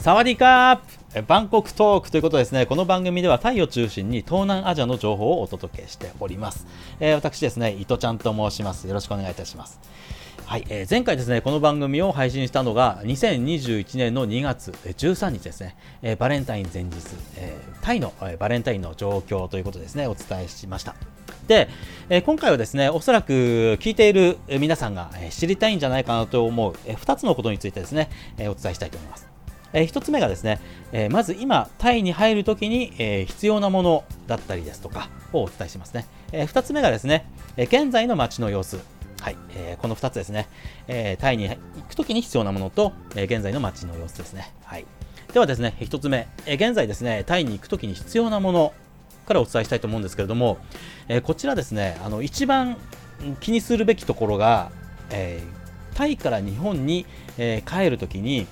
サワディーカープバンコクトークということですね。この番組ではタイを中心に東南アジアの情報をお届けしております。私ですね、伊藤ちゃんと申します。よろしくお願いいたします。はい、前回ですね、この番組を配信したのが2021年の2月13日ですね。バレンタイン前日、タイのバレンタインの状況ということですね、お伝えしました。で、今回はですね、おそらく聞いている皆さんが知りたいんじゃないかなと思う2つのことについてですね、お伝えしたいと思います。1つ目がですね、まず今タイに入るときに、必要なものだったりですとかをお伝えしますね。2つ目がですね、現在の街の様子、はい、この2つですね、タイに行くときに必要なものと、現在の街の様子ですね。はい、ではですね、1つ目、現在ですね、タイに行くときに必要なものからお伝えしたいと思うんですけれども、こちらですね、一番気にするべきところが、タイから日本に、帰るときに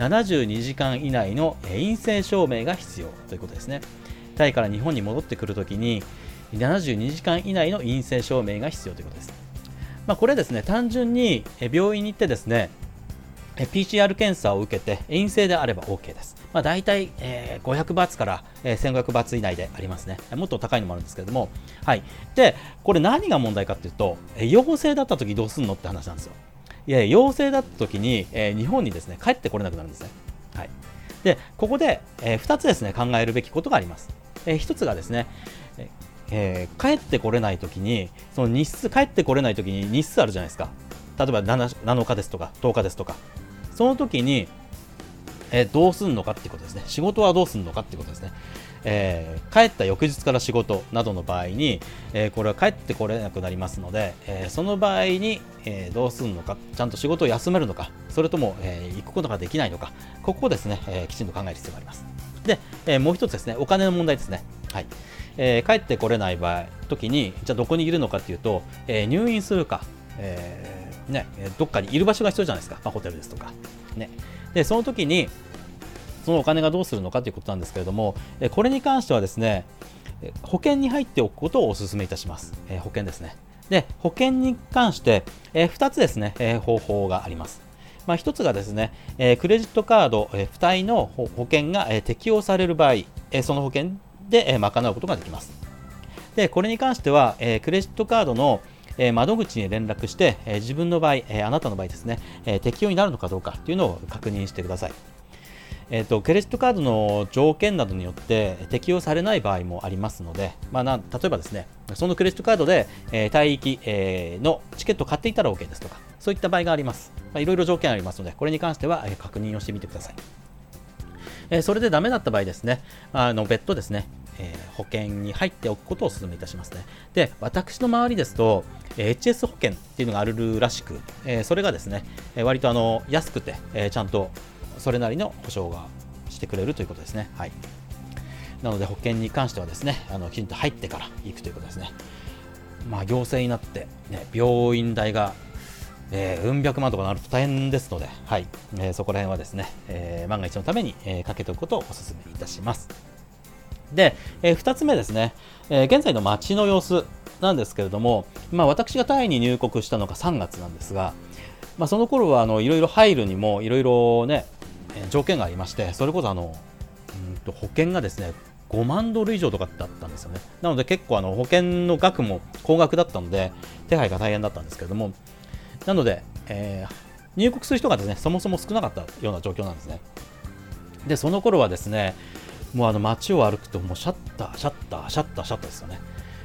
72時間以内の陰性証明が必要ということですね。タイから日本に戻ってくるときに72時間以内の陰性証明が必要ということです。これですね、単純に病院に行ってですね、PCR 検査を受けて陰性であれば OK です。だいたい500バーツから1500バーツ以内でありますね。もっと高いのもあるんですけれども、はい。で、これ何が問題かというと、陽性だったときどうするのって話なんですよ。いや、陽性だったときに、日本にですね、帰ってこれなくなるんですね。はい。で、ここで、2つですね、考えるべきことがあります。1つがですね、帰ってこれないときに、その日数、帰ってこれないときに日数あるじゃないですか。例えば 7日ですとか10日ですとか、その時に、どうするのかっていうことですね。仕事はどうするのかっていうことですね。帰った翌日から仕事などの場合に、これは帰ってこれなくなりますので、その場合に、どうするのか、ちゃんと仕事を休めるのか、それとも、行くことができないのか、ここをですね、きちんと考える必要があります。で、もう一つですね、お金の問題ですね。はい。帰ってこれない時に、じゃあどこにいるのかっていうと、入院するか、どっかにいる場所が必要じゃないですか、ホテルですとか、ね。で、その時にそのお金がどうするのかということなんですけれども、これに関してはですね、保険に入っておくことをお勧めいたします。保険ですね。で、保険に関して、2つですね、方法があります。1つがですね、クレジットカード、付帯の保険が、適用される場合、その保険で、賄うことができます。で、これに関しては、クレジットカードの窓口に連絡して、自分の場合、あなたの場合ですね、適用になるのかどうかというのを確認してください。クレジットカードの条件などによって適用されない場合もありますので、例えばですね、そのクレジットカードで、タイ行き、のチケットを買っていたら OK ですとか、そういった場合があります。いろいろ条件ありますので、これに関しては、確認をしてみてください。それでダメだった場合ですね、別途ですね、保険に入っておくことをお勧めいたしますね。で、私の周りですと、HS 保険っていうのがあるらしく、それがですね、割と安くて、ちゃんとそれなりの保証がしてくれるということですね。はい。なので保険に関してはですね、きちんと入ってから行くということですね。行政になって、ね、病院代がうん百万とかなると大変ですので、はい、そこら辺はですね、万が一のために、かけておくことをお勧めいたします。で、2つ目ですね、現在の街の様子なんですけれども、私がタイに入国したのが3月なんですが、その頃はいろいろ入るにもいろいろね、条件がありまして、それこそ保険がですね、5万ドル以上とかだったんですよね。なので結構保険の額も高額だったので、手配が大変だったんですけれども、なので、入国する人がですね、そもそも少なかったような状況なんですね。で、その頃はですね、もう街を歩くともうシャッターですよね。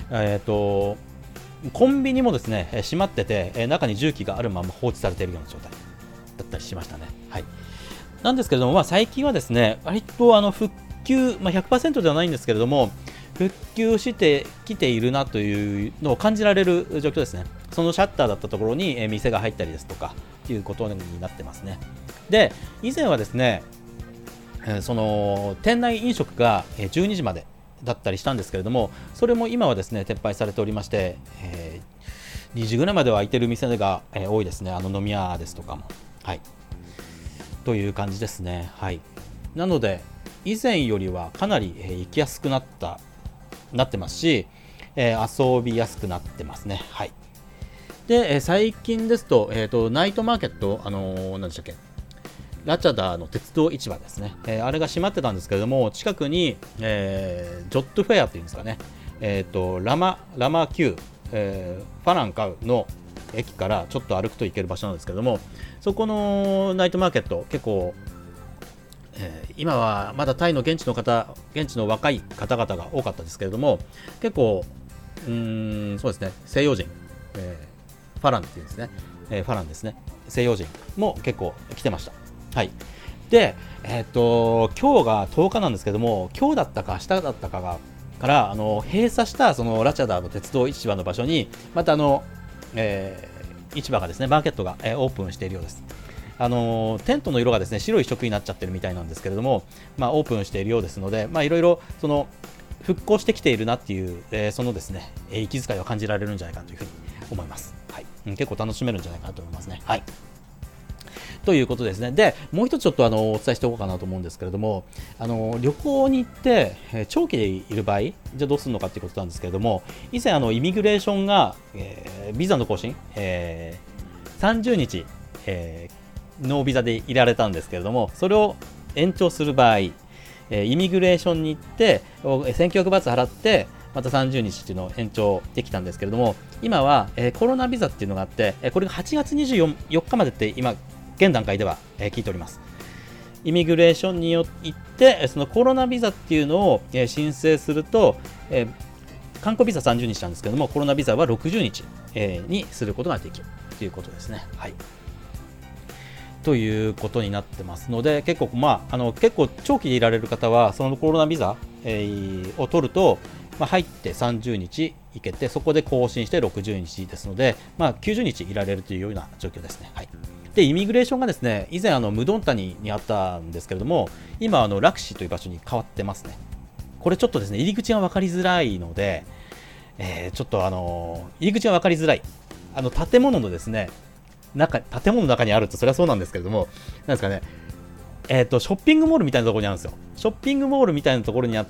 コンビニもですね、閉まってて、中に重機があるまま放置されているような状態だったりしましたね。はい。なんですけれども、最近はですね、割と復旧、100% ではないんですけれども、復旧してきているなというのを感じられる状況ですね。そのシャッターだったところに店が入ったりですとかということになってますね。で、以前はですね、その店内飲食が12時までだったりしたんですけれども、それも今はですね、撤廃されておりまして、2時ぐらいまでは開いている店が多いですね。飲み屋ですとかも。はい。という感じですね。はい。なので、以前よりはかなり行きやすくなってますし、遊びやすくなってますね。はい。で、最近ですと、ナイトマーケット、何でしたっけ、 ラチャダの鉄道市場ですね、あれが閉まってたんですけれども、近くに、ジョットフェアっていうんですかね、ラマ級、ファランカウの駅からちょっと歩くと行ける場所なんですけれども、そこのナイトマーケット結構、今はまだタイの現地の若い方々が多かったですけれども、結構そうですね、西洋人、ファランっていうんですね、ファランですね、西洋人も結構来てました。はい。で、今日が10日なんですけども、今日だったか明日だったかから閉鎖したそのラチャダの鉄道市場の場所にまた市場がですね、マーケットが、オープンしているようです。テントの色がですね、白一色になっちゃってるみたいなんですけれども、オープンしているようですので、いろいろその復興してきているなっていう、そのですね、息遣いを感じられるんじゃないかというふうに思います。はい。結構楽しめるんじゃないかなと思いますね。はい。ということですね。で、もう一つちょっとお伝えしておこうかなと思うんですけれども、旅行に行って、長期でいる場合、じゃあどうするのかということなんですけれども、以前イミグレーションが、ビザの更新、30日、ノービザでいられたんですけれども、それを延長する場合、イミグレーションに行って1900バーツ払ってまた30日っていうのを延長できたんですけれども、今は、コロナビザっていうのがあって、これが8月24日までって今現段階では、聞いております。イミグレーションに行ってそのコロナビザっていうのを、申請すると、観光ビザ30日なんですけども、コロナビザは60日、にすることができるということですね。はい。ということになってますので、結構結構長期でいられる方はそのコロナビザ、を取ると、入って30日行けて、そこで更新して60日ですので、90日いられるというような状況ですね。はい。で、イミグレーションがですね、以前ムドンタニにあったんですけれども、今ラクシという場所に変わってますね。これちょっとですね、入り口が分かりづらいので、ちょっと入り口が分かりづらい建物のですね、建物の中にあるとそれはそうなんですけれども、なんですかね、ショッピングモールみたいなところにあるんですよ。ショッピングモールみたいなところにあって、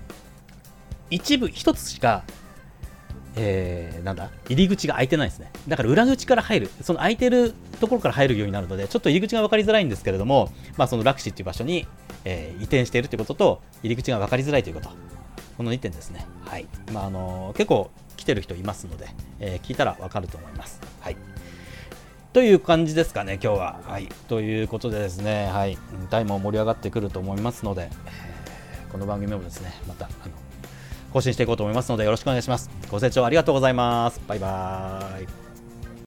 一つしか、入り口が開いてないんですね。だから裏口から入る、その開いてるところから入るようになるので、ちょっと入り口が分かりづらいんですけれども、そのラクシっていう場所に、移転しているということと、入り口が分かりづらいということ、この2点ですね。はい。結構来てる人いますので、聞いたら分かると思います。はい。という感じですかね、今日は。はい。ということでですね、はい。タイも盛り上がってくると思いますので、この番組もですね、また更新していこうと思いますので、よろしくお願いします。ご清聴ありがとうございます。バイバーイ。